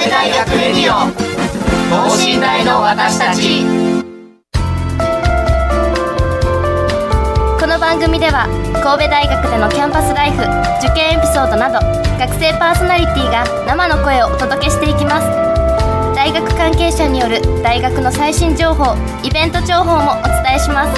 戸大学レディオ等身大の私たち。 この番組では神戸大学でのキャンパスライフ、受験エピソードなど学生パーソナリティが生の声をお届けしていきます。大学関係者による大学の最新情報、イベント情報もお伝えします。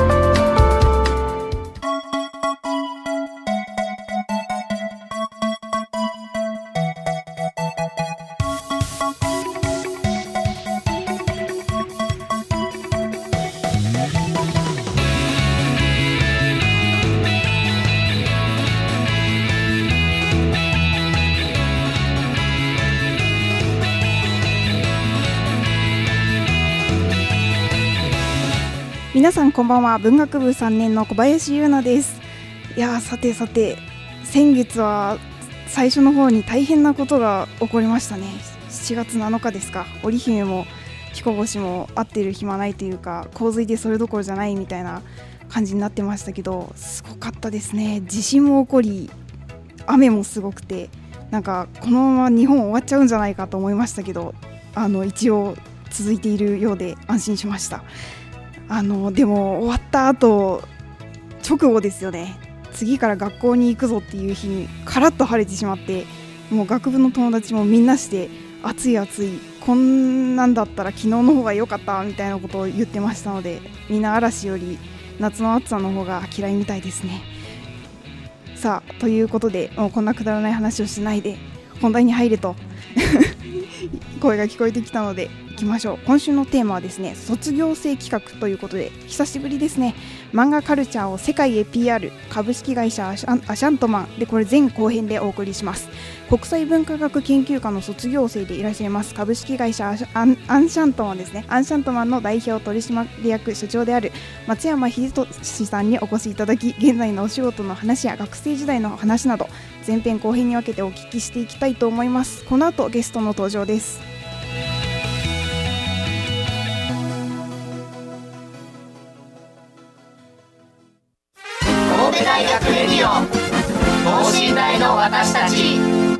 皆さんこんばんは。文学部3年の小林優奈です。いやさて先月は最初の方に大変なことが起こりましたね。7月7日ですか。織姫も彦星も会ってる暇ないというか、洪水でそれどころじゃないみたいな感じになってましたけど、すごかったですね。地震も起こり、雨もすごくて、なんかこのまま日本終わっちゃうんじゃないかと思いましたけど、一応続いているようで安心しました。でも終わった後直後ですよね。次から学校に行くぞっていう日にカラッと晴れてしまって、もう学部の友達もみんなして暑いこんなんだったら昨日の方が良かったみたいなことを言ってましたので、みんな嵐より夏の暑さの方が嫌いみたいですね。さあということで、もうこんなくだらない話をしないで本題に入れと声が聞こえてきたので行きましょう。今週のテーマはですね、卒業生企画ということで、久しぶりですね。漫画カルチャーを世界へ PR 株式会社アシャントマンで、これ前後編でお送りします。国際文化学研究科の卒業生でいらっしゃいます株式会社アンシャントマンですね。アンシャントマンの代表取締役所長である松山秀俊さんにお越しいただき、現在のお仕事の話や学生時代の話など前編後編に分けてお聞きしていきたいと思います。この後ゲストの登場です。 神戸大学レディオ等身大の私たち。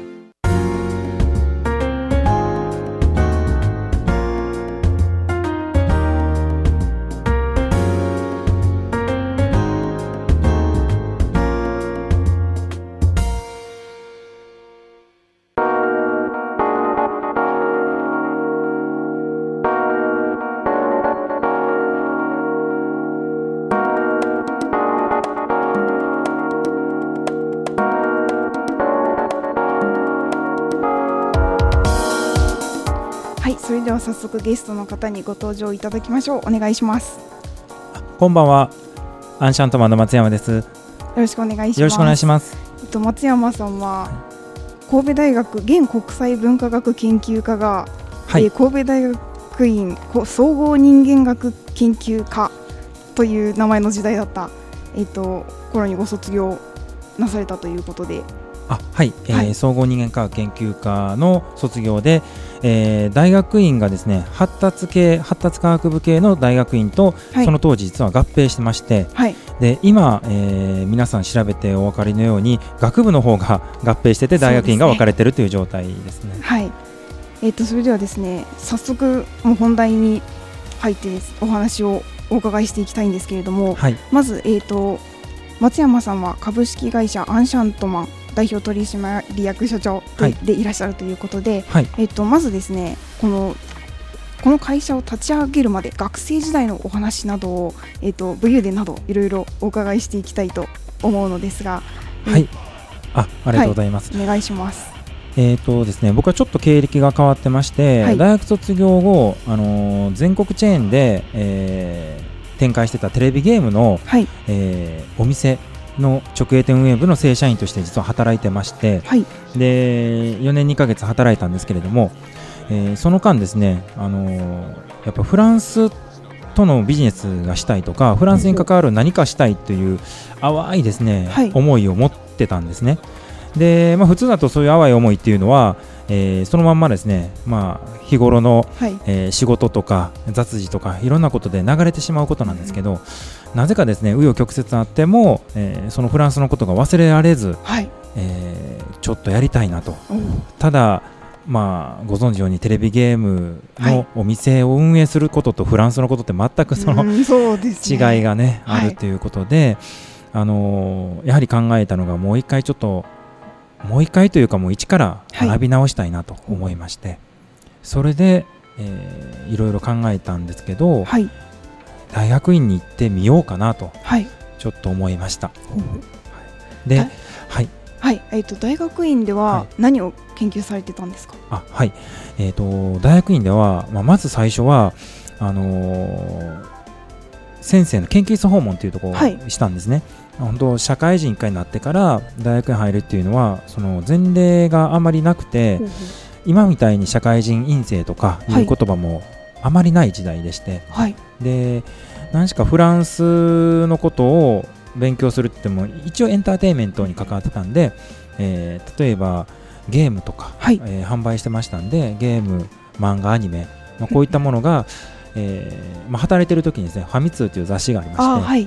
それでは早速ゲストの方にご登場いただきましょう。お願いします。 こんばんは、アンシャントマンの松山です。よろしくお願いします。 よろしくお願いします。 松山さんは神戸大学現国際文化学研究科が、神戸大学院総合人間学研究科という名前の時代だった、頃にご卒業なされたということで、 総合人間科学研究科の卒業で、大学院がですね、発達科学部系の大学院と、その当時実は合併してまして、で今、皆さん調べてお分かりのように学部の方が合併してて大学院が分かれているという状態ですね。 それではですね、早速もう本題に入ってお話をお伺いしていきたいんですけれども、まず、松山さんは株式会社アンシャントマン代表取締役所長でいらっしゃるということで、まずですね、この会社を立ち上げるまで学生時代のお話などを、武勇伝などいろいろお伺いしていきたいと思うのですが、 ありがとうございます。 お願いします。 ですね、僕はちょっと経歴が変わってまして、大学卒業後、全国チェーンで、展開してたテレビゲームの、お店の直営店運営部の正社員として実は働いてまして、で4年2ヶ月働いたんですけれども、その間ですね、やっぱフランスとのビジネスがしたいとか、フランスに関わる何かしたいという淡いですね、思いを持ってたんですね。で、普通だとそういう淡い思いっていうのは、そのまんまですね、日頃の、仕事とか雑事とかいろんなことで流れてしまうことなんですけど、なぜかですね、紆余曲折あっても、そのフランスのことが忘れられず、ちょっとやりたいなと。ただまあ、ご存知のようにテレビゲームのお店を運営することとフランスのことって全くその、 そうですね、 違いがね、あるということで、やはり考えたのがもう一回というかもう一から学び直したいなと思いまして、それで、いろいろ考えたんですけど、大学院に行ってみようかなとちょっと思いました。で、 大学院では何を研究されてたんですか？ 大学院では、まず最初は先生の研究室訪問というところをしたんですね。本当社会人1回になってから大学に入るっていうのはその前例があまりなくて、今みたいに社会人院生とかいう言葉もあまりない時代でして、で何しかフランスのことを勉強するって言っても一応エンターテインメントに関わってたんで、例えばゲームとか、販売してましたんで、ゲーム、漫画、アニメ、こういったものが、働いてる時にですね、ファミ通という雑誌がありまして、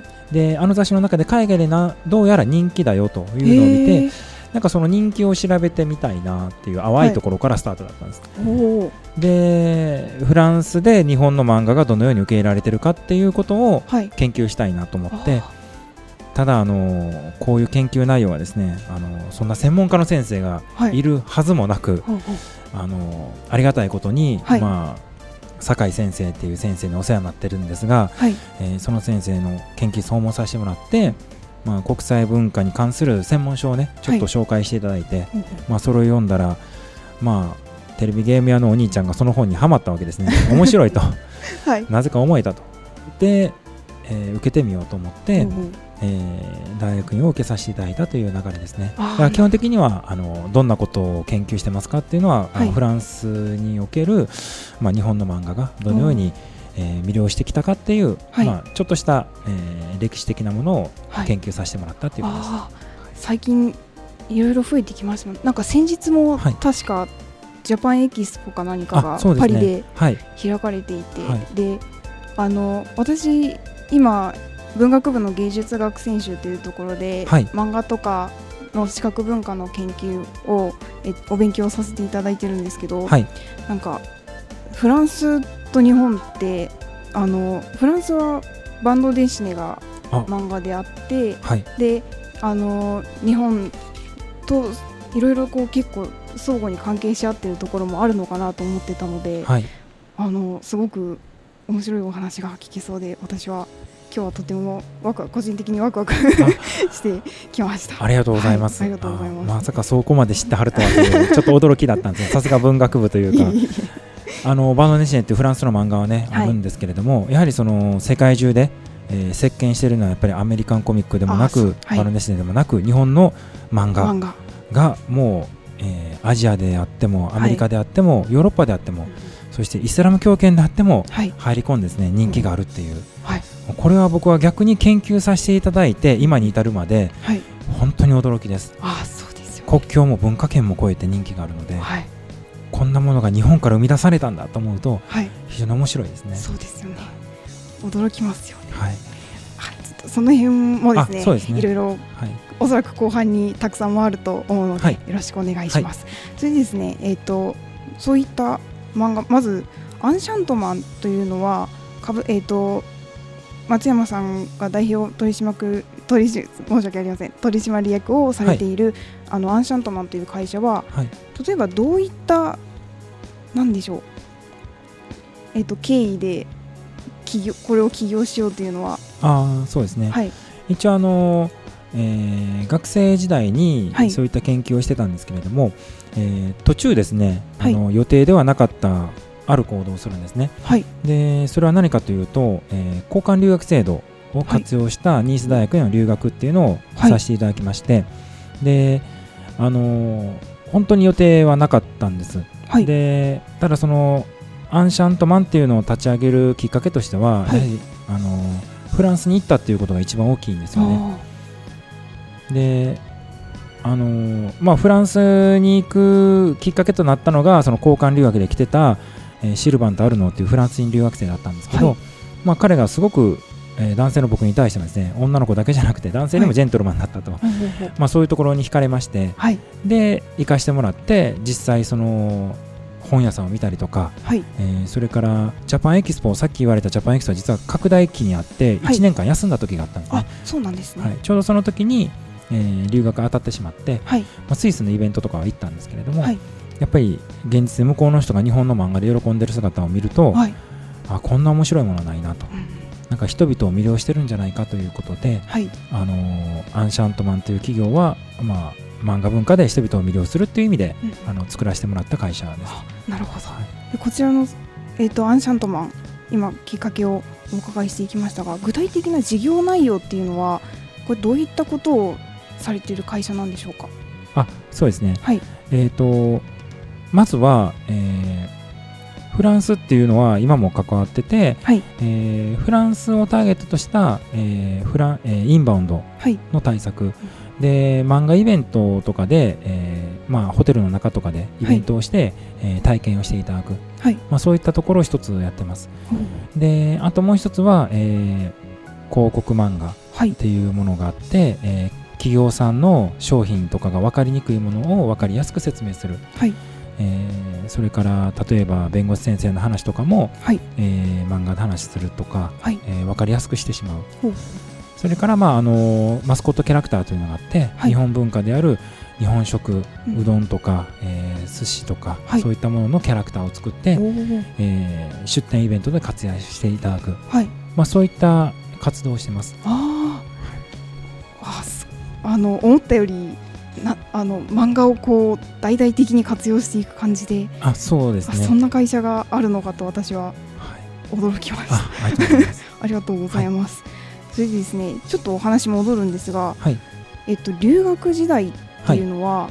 であの雑誌の中で海外でどうやら人気だよというのを見て、なんかその人気を調べてみたいなっていう淡いところからスタートだったんです。でフランスで日本の漫画がどのように受け入れられてるかっていうことを研究したいなと思って、ただこういう研究内容はですね、そんな専門家の先生がいるはずもなく、ありがたいことに、酒井先生っていう先生にお世話になってるんですが、その先生の研究室訪問させてもらって、国際文化に関する専門書をねちょっと紹介していただいて、それを読んだら、テレビゲーム屋のお兄ちゃんがその本にはまったわけですね。面白いと、なぜか思えたと。で、受けてみようと思って、大学院を受けさせていただいたという流れですね。だから基本的にはどんなことを研究してますかっていうのは、フランスにおける、日本の漫画がどのように、魅了してきたかっていう、ちょっとした、歴史的なものを研究させてもらったということです。 最近いろいろ増えてきましたね。なんか先日も確か、ジャパンエキスポか何かがパリで開かれていて、で私今文学部の芸術学専修というところで、漫画とかの視覚文化の研究をお勉強させていただいてるんですけど、なんかフランスと日本ってフランスはバンドデシネが漫画であって、で日本といろいろ結構相互に関係し合っているところもあるのかなと思ってたので、すごく面白いお話が聞けそうで、私は今日はとても個人的にワクワクしてきました。 ありがとうございます。ありがとうございます。まさかそこまで知ってはるとはというちょっと驚きだったんですが、さすが文学部というかバンドデシネっていうフランスの漫画はね、あるんですけれども、やはりその世界中で、席巻しているのはやっぱりアメリカンコミックでもなく、バンドデシネでもなく、日本の漫画がもう、アジアであってもアメリカであっても、ヨーロッパであっても、そしてイスラム教圏であっても入り込んでですね、人気があるっていう、これは僕は逆に研究させていただいて今に至るまで、本当に驚きです。 そうですよね。 国境も文化圏も超えて人気があるので、こんなものが日本から生み出されたんだと思うと、非常に面白いですね。 そうですよね。驚きますよね。その辺もですね、いろいろおそらく後半にたくさんもあると思うので、よろしくお願いします。それでですね、そういった漫画、まずアンシャントマンというのは松山さんが代表申し訳ありません、取締役をされている、アンシャントマンという会社は、例えばどういったなんでしょう、経緯でこれを起業しようというのは。 そうですね、一応学生時代にそういった研究をしてたんですけれども、途中ですね、予定ではなかったある行動をするんですね。でそれは何かというと、交換留学制度を活用したニース大学への留学っていうのをさせていただきまして、で本当に予定はなかったんです。でただそのアンシャントマンっていうのを立ち上げるきっかけとしては、やはりフランスに行ったっていうことが一番大きいんですよね。でフランスに行くきっかけとなったのが、その交換留学で来てた、シルバンとアルノーというフランス人留学生だったんですけど、彼がすごく、男性の僕に対してもですね、女の子だけじゃなくて男性でもジェントルマンだったと、そういうところに惹かれまして、で行かしてもらって、実際その本屋さんを見たりとか、 はい、 それからジャパンエキスポ、さっき言われたジャパンエキスポは実は拡大期にあって1年間休んだ時があったんですね。 そうなんですね。 はい、ちょうどその時に、留学当たってしまって、 はい、 スイスのイベントとかは行ったんですけれども、 はい、 やっぱり現実で向こうの人が日本の漫画で喜んでる姿を見ると、はい、こんな面白いものはないなと、なんか人々を魅了してるんじゃないかということで、はい、アンシャントマンという企業は、漫画文化で人々を魅了するっていう意味で、作らせてもらった会社です。 なるほど、はい、でこちらの、アンシャントマン、今きっかけをお伺いしていきましたが、具体的な事業内容っていうのはこれどういったことをされている会社なんでしょうか。 そうですね、 はい、 まずは、フランスっていうのは今も関わってて、はい、フランスをターゲットとした、インバウンドの対策、はい、で漫画イベントとかで、ホテルの中とかでイベントをして、はい、体験をしていただく、はい、そういったところを一つやってます。であともう一つは、広告漫画っていうものがあって、企業さんの商品とかが分かりにくいものを分かりやすく説明する、はい、それから例えば弁護士先生の話とかも、はい、漫画で話するとか、はい、分かりやすくしてしまう。それから、マスコットキャラクターというのがあって、はい、日本文化である日本食、うどんとか、寿司とか、はい、そういったもののキャラクターを作って、出店イベントで活躍していただく、はい、そういった活動をしてます。 思ったより漫画をこう大々的に活用していく感じで、 そうですね、 そんな会社があるのかと私は驚きました。ありがとうございます。はい、それでですね、ちょっとお話戻るんですが、はい、留学時代っていうのは、はい、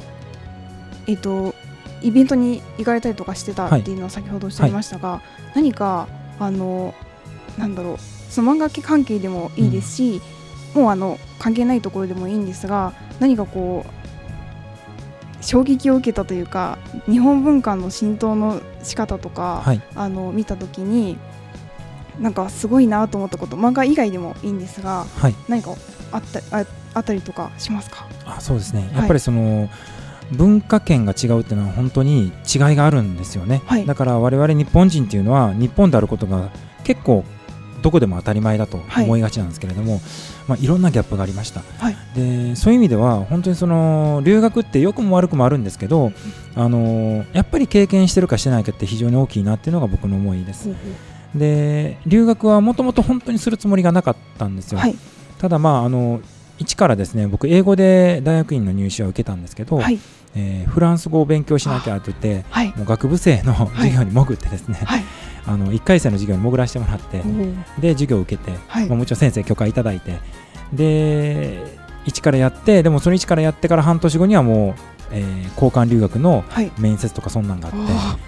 イベントに行かれたりとかしてたっていうのは先ほどおっしゃいましたが、はい、何かなんだろう、その漫画関係でもいいですし、もう関係ないところでもいいんですが、何かこう衝撃を受けたというか、日本文化の浸透の仕方とか、はい、見たときになんかすごいなと思ったこと、漫画以外でもいいんですが、はい、何かあったりとかしますか。 そうですね、やっぱりその、文化圏が違うっていうのは本当に違いがあるんですよね。はい、だから我々日本人っていうのは日本であることが結構どこでも当たり前だと思いがちなんですけれども、はい、いろんなギャップがありました。はい、でそういう意味では本当にその留学って良くも悪くもあるんですけど、やっぱり経験してるかしてないかって非常に大きいなっていうのが僕の思いです。で留学はもともと本当にするつもりがなかったんですよ。はい、ただ一からですね、僕英語で大学院の入試を受けたんですけど、はい、フランス語を勉強しなきゃと言って、はい、もう学部生の授業に潜ってですね、はい、1回生の授業に潜らせてもらって、で授業を受けて、はい、もちろん先生許可いただいて、で一からやって、でもその一からやってから半年後にはもう、交換留学の面接とかそんなんがあって、はい、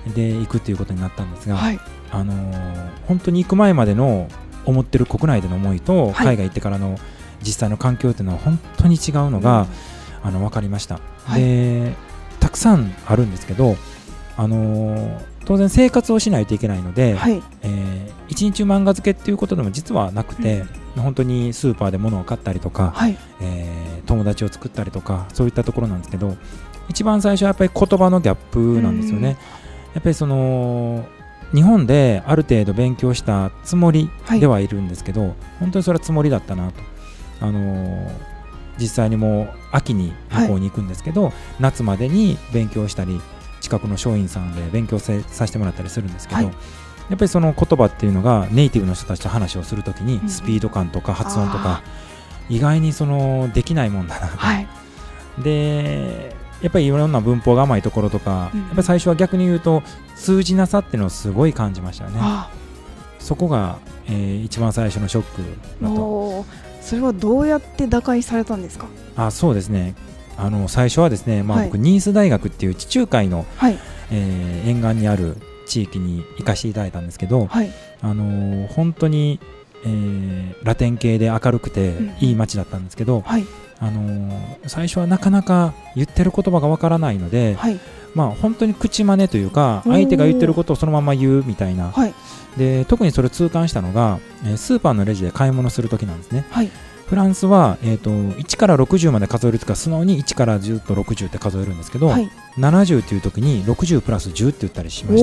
で行くということになったんですが、はい、本当に行く前までの思ってる国内での思いと、海外行ってからの実際の環境というのは本当に違うのが、分かりました。はい、でたくさんあるんですけど、当然生活をしないといけないので、はい、一日漫画漬けっていうことでも実はなくて、本当にスーパーで物を買ったりとか、はい、友達を作ったりとか、そういったところなんですけど、一番最初はやっぱり言葉のギャップなんですよね。やっぱりその日本である程度勉強したつもりではいるんですけど、本当にそれはつもりだったなと。実際にもう秋に旅行に行くんですけど、夏までに勉強したり、近くの松陰さんで勉強させてもらったりするんですけど、やっぱりその言葉っていうのがネイティブの人たちと話をするときに、スピード感とか発音とか意外にそのできないもんだなと、でやっぱりいろんな文法が甘いところとか、やっぱり最初は逆に言うと通じなさっていうのをすごい感じましたよね。そこが、一番最初のショックだと。 それはどうやって打開されたんですか。 そうですね、最初はですね、僕ニース大学っていう地中海の、沿岸にある地域に行かせていただいたんですけど、本当に、ラテン系で明るくていい街だったんですけど、最初はなかなか言ってる言葉がわからないので、本当に口真似というか、相手が言ってることをそのまま言うみたいな、で特にそれを痛感したのが、スーパーのレジで買い物するときなんですね。 フランスは、1から60まで数えるとか素直に1から10と60って数えるんですけど、はい、70っていう時に60プラス10って言ったりしまして、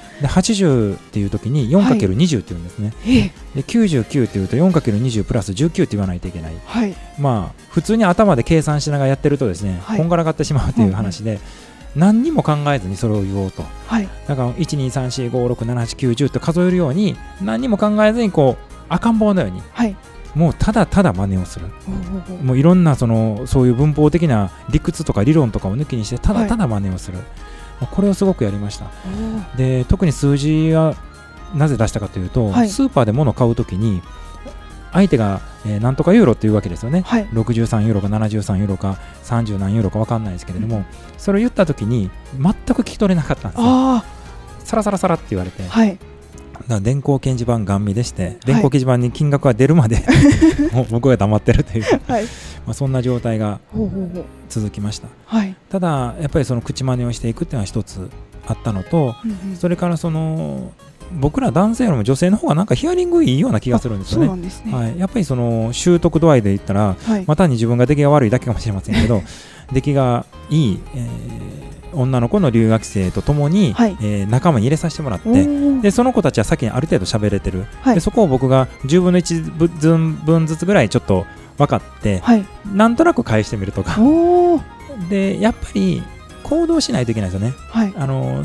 で80っていう時に 4×20 って言うんですね、はい、で99っていうと 4×20 プラス19って言わないといけない、はい、まあ普通に頭で計算しながらやってるとですね、はい、こんがらがってしまうという話で、何にも考えずにそれを言おうと、はい、だから 1,2,3,4,5,6,7,8,9,10 と数えるように何にも考えずにこう赤ん坊のように、はい、もうただただ真似をする、もういろんなそういう文法的な理屈とか理論とかを抜きにしてただただ真似をする、これをすごくやりました。で特に数字はなぜ出したかというと、はい、スーパーで物を買うときに相手が、なんとかユーロっていうわけですよね、はい、63ユーロか73ユーロか30何ユーロか分かんないですけれども、それを言ったときに全く聞き取れなかったんですよ。サラサラサラって言われて、はい、だから電光掲示板ガン見でして、電光掲示板に金額が出るまで、もう向こうが黙ってるという、はい、そんな状態が続きました。はい、ただやっぱりその口真似をしていくっていうのは一つあったのと、それから僕ら男性よりも女性の方がなんかヒアリングいいような気がするんですよね。そうなんですね。はい、やっぱり習得度合いで言ったら、はい、単に自分が出来が悪いだけかもしれませんけど出来がいい、女の子の留学生とともに、はい、仲間に入れさせてもらって、でその子たちは先にある程度喋れてる、はい、でそこを僕が10分の1分ずつぐらいちょっと分かって、はい、なんとなく返してみるとかで、やっぱり行動しないといけないですよね。はい、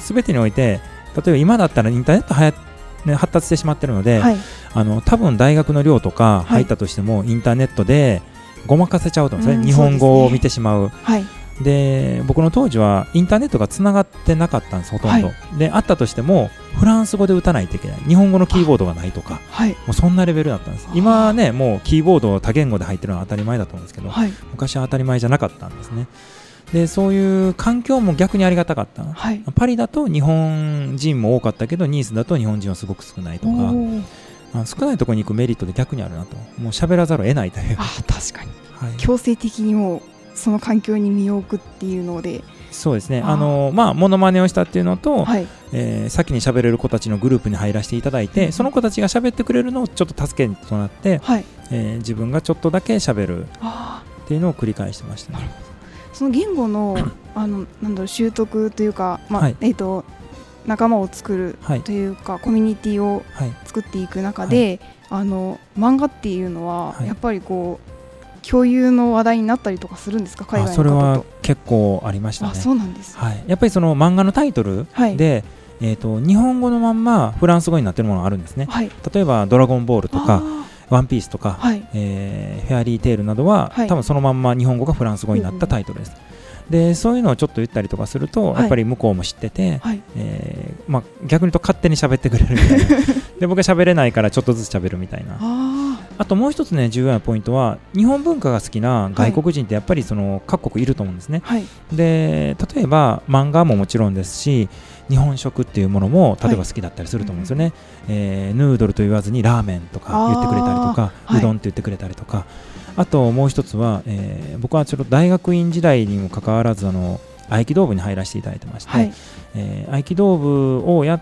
全てにおいて、例えば今だったらインターネット発達してしまっているので、はい、多分大学の寮とか入ったとしても、はい、インターネットでごまかせちゃうと思うんですね、日本語を見てしまう。はい、で僕の当時はインターネットがつながってなかったんです、ほとんど、はい、であったとしてもフランス語で打たないといけない、日本語のキーボードがないとか、はい、もうそんなレベルだったんです。今ね、もうキーボード多言語で入ってるのは当たり前だと思うんですけど、はい、昔は当たり前じゃなかったんですね。でそういう環境も逆にありがたかった、はい、パリだと日本人も多かったけどニースだと日本人はすごく少ないとか、少ないところに行くメリットで逆にあるなと、もう喋らざるを得ないという。 確かに、はい、強制的にもその環境に身を置くっていうので、 そうですね、モノマネをしたっていうのと、はい、先に喋れる子たちのグループに入らせていただいて、その子たちが喋ってくれるのをちょっと助けとなって、はい、自分がちょっとだけ喋るっていうのを繰り返してましたね。 その言語の習得というか、はい、仲間を作るというか、はい、コミュニティを作っていく中で、はい、漫画っていうのは、はい、やっぱりこう共有の話題になったりとかするんですか、海外の方と。 それは結構ありましたね。 そうなんです、 はい、やっぱりその漫画のタイトルで、はい、日本語のまんまフランス語になっているものがあるんですね。はい、例えばドラゴンボールとかワンピースとか、はい、フェアリーテールなどは、はい、多分そのまんま日本語がフランス語になったタイトルです。でそういうのをちょっと言ったりとかすると、はい、やっぱり向こうも知ってて、はい、逆に言うと勝手に喋ってくれるみたいなで僕が喋れないからちょっとずつ喋るみたいな。あともう一つね重要なポイントは、日本文化が好きな外国人ってやっぱりその各国いると思うんですね。はい、で例えば漫画ももちろんですし、日本食っていうものも例えば好きだったりすると思うんですよね。ヌードルと言わずにラーメンとか言ってくれたりとか、うどんって言ってくれたりとか、あともう一つは、僕はちょっと大学院時代にもかかわらず合気道部に入らせていただいてまして、はい、合気道部をやって、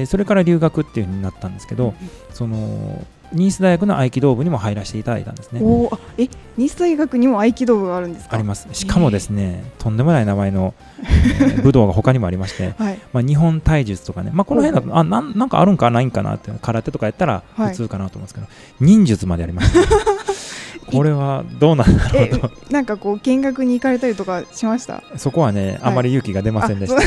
それから留学っていう風になったんですけど、そのニース大学の合気道部にも入らせていただいたんですね。 ニース大学にも合気道部があるんですか？ あります。しかもですね、とんでもない名前の、武道が他にもありまして、はい、日本体術とかね、この辺だとなんかあるんかないんかなって、空手とかやったら普通かなと思うんですけど、忍術までありました、ねこれはどうなんだろうとなんかこう見学に行かれたりとかしました？ そこはね、あまり勇気が出ませんでした、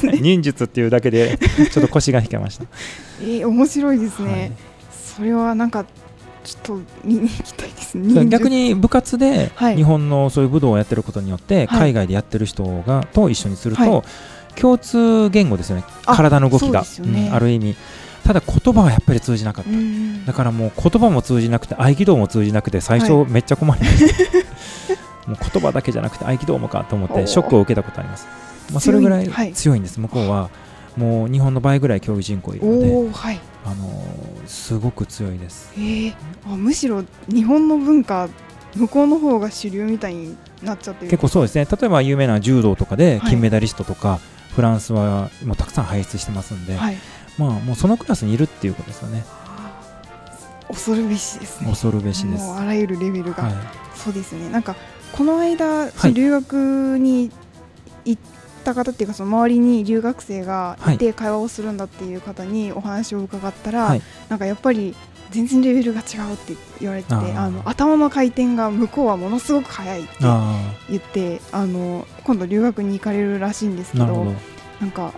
ね、忍術っていうだけでちょっと腰が引けました面白いですね、はい、それはなんかちょっと見に行きたいですね。 逆に部活で日本のそういう武道をやってることによって、海外でやってる人と一緒にすると、共通言語ですよね、体の動きが、ある意味。ただ言葉はやっぱり通じなかった。だからもう言葉も通じなくて合気道も通じなくて最初めっちゃ困りました、もう言葉だけじゃなくて合気道もかと思ってショックを受けたことあります。それぐらい強いんです、向こうは。もう日本の倍ぐらい競技人口いるので、すごく強いです。 むしろ日本の文化向こうの方が主流みたいになっちゃってる。 結構そうですね。例えば有名な柔道とかで金メダリストとか、フランスはもうたくさん輩出してますんで、もうそのクラスにいるっていうことですよね。 恐るべしですね。 恐るべしです。 もうあらゆるレベルが、そうですね。なんかこの間、留学に行った方っていうか、その周りに留学生がいて会話をするんだっていう方にお話を伺ったら、なんかやっぱり全然レベルが違うって言われてて、頭の回転が向こうはものすごく速いって言って、今度留学に行かれるらしいんですけど、なんか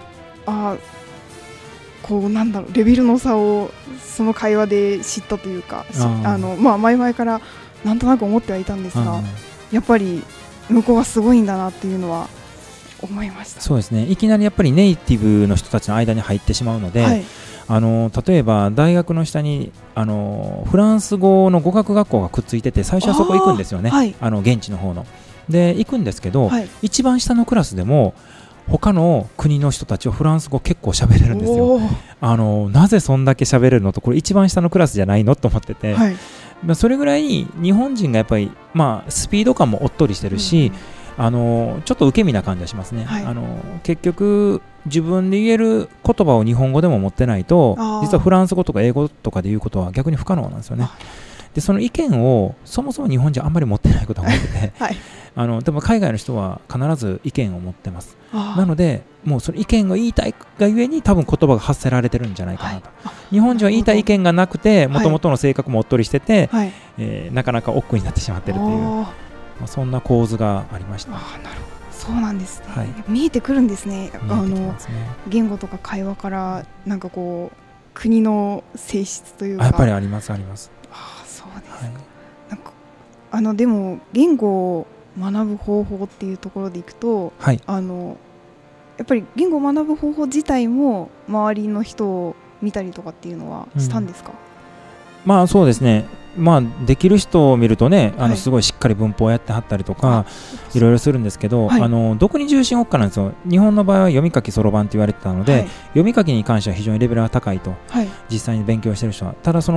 こうなんだろう、レベルの差をその会話で知ったというか、前々からなんとなく思ってはいたんですが、やっぱり向こうはすごいんだなっていうのは思いました。 そうですね。いきなりやっぱりネイティブの人たちの間に入ってしまうので、例えば大学の下にフランス語の語学学校がくっついてて、最初はそこ行くんですよね。現地の方ので行くんですけど、一番下のクラスでも他の国の人たちはフランス語結構喋れるんですよ。なぜそんだけ喋れるのと、これ一番下のクラスじゃないのと思ってて、それぐらい日本人がやっぱり、スピード感もおっとりしてるし、ちょっと受け身な感じがしますね。結局自分で言える言葉を日本語でも持ってないと、実はフランス語とか英語とかで言うことは逆に不可能なんですよね。でその意見をそもそも日本人あんまり持ってないことが多くて、でも海外の人は必ず意見を持ってます。なのでもうその意見を言いたいがゆえに多分言葉が発せられてるんじゃないかなと。日本人は言いたい意見がなくて、もともとの性格もおっとりしてて、なかなか億劫になってしまってるという、そんな構図がありました。 なるほど、そうなんですね。見えてくるんですね。言語とか会話からなんかこう国の性質というか、 やっぱりありますあります。 そうですか。なんかでも言語を学ぶ方法っていうところでいくと、やっぱり言語を学ぶ方法自体も周りの人を見たりとかっていうのはしたんですか？ そうですね。できる人を見るとね、すごいしっかり文法をやってはったりとかいろいろするんですけど、どこに重心を置くかなんですよ。日本の場合は読み書きそろばんと言われてたので、読み書きに関しては非常にレベルが高いと、実際に勉強してる人は。ただ例えば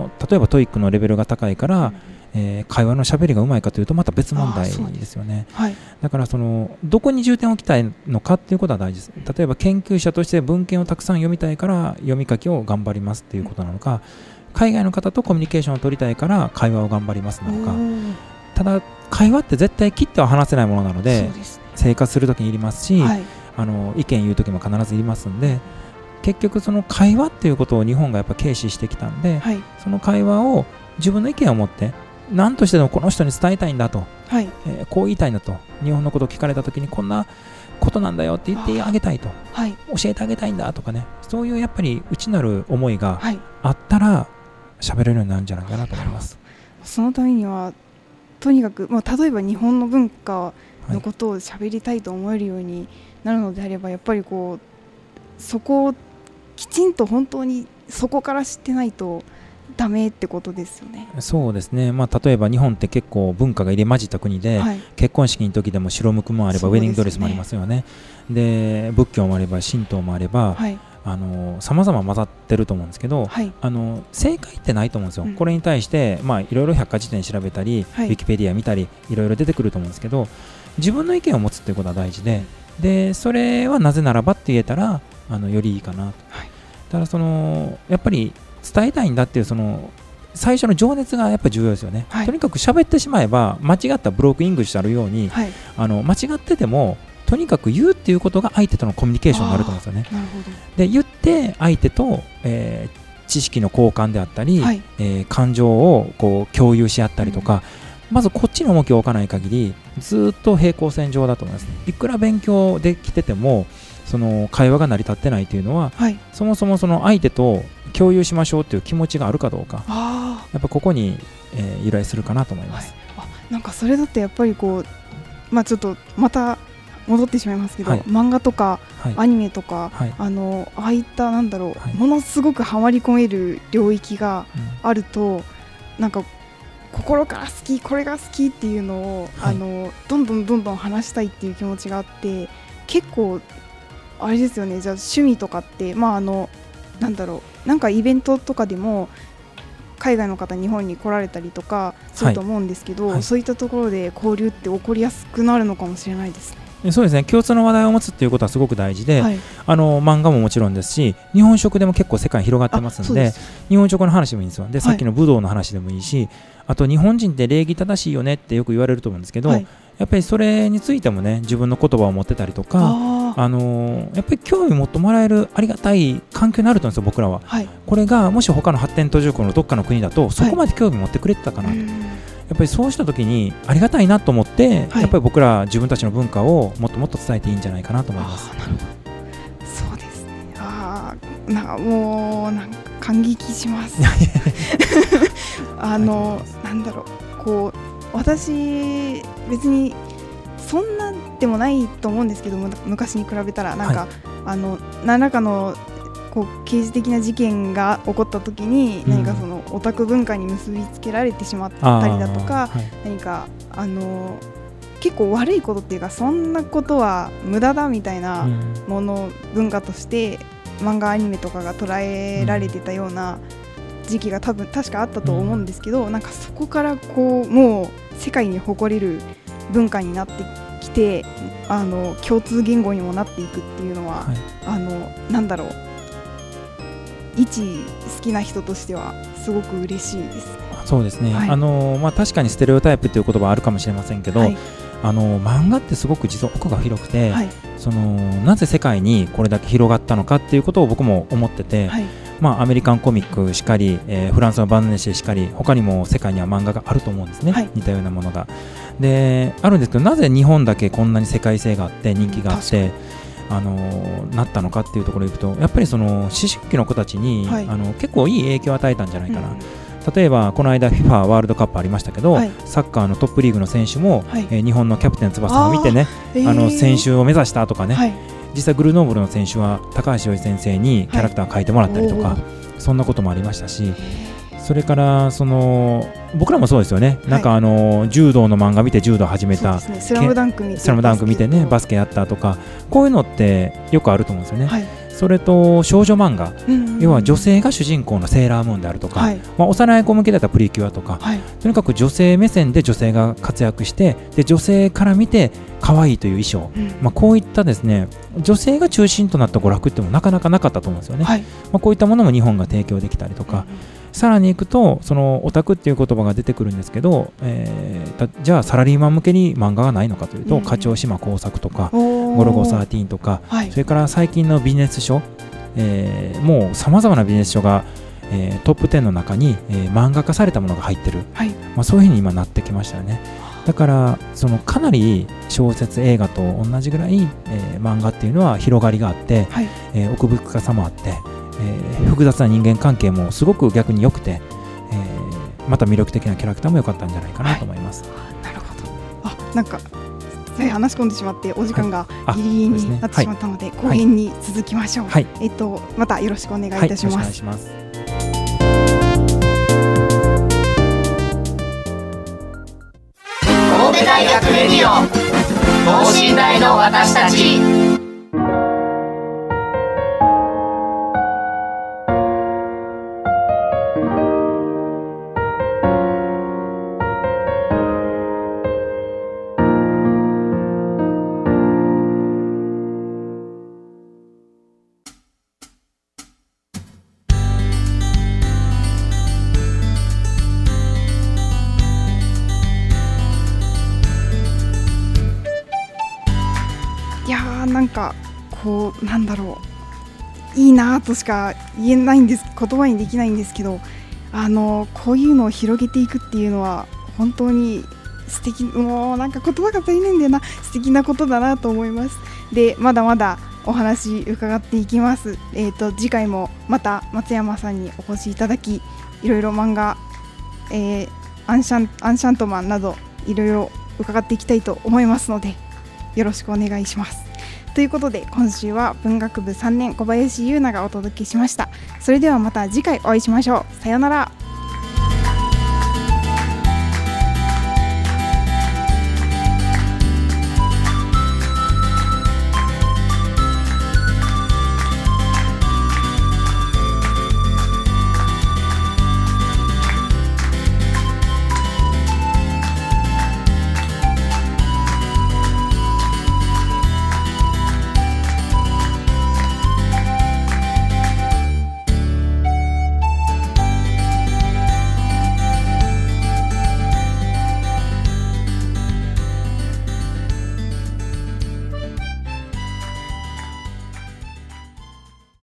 TOEICのレベルが高いから、会話のしゃべりがうまいかというとまた別問題ですよね。だからどこに重点を置きたいのかっていうことは大事です。例えば研究者として文献をたくさん読みたいから読み書きを頑張りますっていうことなのか、海外の方とコミュニケーションを取りたいから会話を頑張りますなのか。ただ会話って絶対切っては話せないものなので、生活するときにいりますし、意見言うときも必ずいりますんで、結局その会話っていうことを日本がやっぱ軽視してきたんで、その会話を自分の意見を持って何としてでもこの人に伝えたいんだと、こう言いたいんだと、日本のことを聞かれたときにこんなことなんだよって言ってあげたいと、教えてあげたいんだとかね、そういうやっぱり内なる思いがあったら喋れるようになるんじゃないかなと思います。 そのためにはとにかく、例えば日本の文化のことを喋りたいと思えるようになるのであれば、やっぱりそこをきちんと本当にそこから知ってないとダメってことですよね。 そうですね。例えば日本って結構文化が入れ混じった国で、結婚式の時でも白むくもあれば、ウェディングドレスもありますよね。で仏教もあれば神道もあれば、様々混ざってると思うんですけど、正解ってないと思うんですよ。これに対していろいろ百科事典調べたり、ウィキペディア見たりいろいろ出てくると思うんですけど、自分の意見を持つっていうことは大事で、それはなぜならばって言えたらよりいいかなと。ただやっぱり伝えたいんだっていう最初の情熱がやっぱ重要ですよね。とにかく喋ってしまえば、間違ったブロークイングリッシュあるように、間違っててもとにかく言うっていうことが相手とのコミュニケーションになると思うんですよね。で言って相手と、知識の交換であったり、感情を共有し合ったりとか、まずこっちに重きを置かない限りずっと平行線上だと思いますね。いくら勉強できてても会話が成り立ってないというのは、そもそも相手と共有しましょうという気持ちがあるかどうか、やっぱここに、由来するかなと思います。 なんかそれだってやっぱりちょっとまた戻ってしまいますけど、漫画とか、アニメとか、ああいったものすごくハマり込める領域があると、なんか心から好き、これが好きっていうのを、どんどん話したいっていう気持ちがあって、結構あれですよね。じゃあ趣味とかってなんかイベントとかでも海外の方日本に来られたりとかすると思うんですけど、そういったところで交流って起こりやすくなるのかもしれないですね。 そうですね、共通の話題を持つっていうことはすごく大事で、漫画ももちろんですし、日本食でも結構世界広がってますので、日本食の話もいいんですよ。で、さっきの武道の話でもいいし、あと日本人って礼儀正しいよねってよく言われると思うんですけど、やっぱりそれについてもね、自分の言葉を持ってたりとか、やっぱり興味持ってもらえるありがたい環境になると思うんですよ、僕らは。これがもし他の発展途上国のどっかの国だとそこまで興味持ってくれてたかなと、やっぱりそうした時にありがたいなと思って、やっぱり僕ら自分たちの文化をもっともっと伝えていいんじゃないかなと思います。 そうですね。もうなんか感激します。なんだろう、こう私別にそんなでもないと思うんですけども、昔に比べたらなんか、何らかのこう刑事的な事件が起こった時に、何かそのオタク文化に結びつけられてしまったりだとか、何か結構悪いことっていうか、そんなことは無駄だみたいなもの、文化として漫画アニメとかが捉えられてたような時期が確かあったと思うんですけど、なんかそこからこうもう世界に誇れる文化になってきて、共通言語にもなっていくっていうのは、なんだろう、一好きな人としてはすごく嬉しいですね。 そうですね、確かにステレオタイプという言葉はあるかもしれませんけど、漫画ってすごく実は奥が広くて、なぜ世界にこれだけ広がったのかっていうことを僕も思ってて、アメリカンコミックしかり、フランスのバンネシェしかり、他にも世界には漫画があると思うんですね、似たようなものがであるんですけど、なぜ日本だけこんなに世界性があって人気があってなったのかっていうところに行くと、やっぱりその思春期の子たちに、結構いい影響を与えたんじゃないかな、例えばこの間 FIFA ワールドカップありましたけど、サッカーのトップリーグの選手も、日本のキャプテン翼を見てね、選手を目指したとかね、実際グルノーブルの選手は高橋洋一先生にキャラクターを描いてもらったりとか、そんなこともありましたし、それから僕らもそうですよね、なんか柔道の漫画見て柔道始めた、 スラムダンク見てねバスケやったとか、こういうのってよくあると思うんですよね。それと少女漫画、要は女性が主人公のセーラームーンであるとか、幼い子向けだったらプリキュアとか、とにかく女性目線で女性が活躍して、で女性から見て可愛いという衣装、こういったですね、女性が中心となった娯楽ってもなかなかなかったと思うんですよね。こういったものも日本が提供できたりとか、さらにいくとそのオタクっていう言葉が出てくるんですけど、じゃあサラリーマン向けに漫画がないのかというと、課長島耕作とかゴルゴ13とか、それから最近のビジネス書、もうさまざまなビジネス書が、トップ10の中に、漫画化されたものが入ってる、そういうふうに今なってきましたよね。だからかなり小説映画と同じぐらい、漫画っていうのは広がりがあって、奥深さもあって、複雑な人間関係もすごく逆に良くて、また魅力的なキャラクターも良かったんじゃないかなと思います。 なるほど。なんか話し込んでしまってお時間がギリギリになってしまったので、後編に続きましょう。またよろしくお願いいたします。 神戸大学レディオ等身大の私たち。 なんかこうなんだろう、いいなとしか言えないんです、言葉にできないんですけど、こういうのを広げていくっていうのは本当に素敵、もうなんか言葉が足りないんだよな、素敵なことだなと思います。でまだまだお話伺っていきます。次回もまた松山さんにお越しいただき、いろいろ漫画、アンシャントマンなどいろいろ伺っていきたいと思いますので、よろしくお願いします。ということで今週は文学部3年小林優奈がお届けしました。それではまた次回お会いしましょう。さようなら。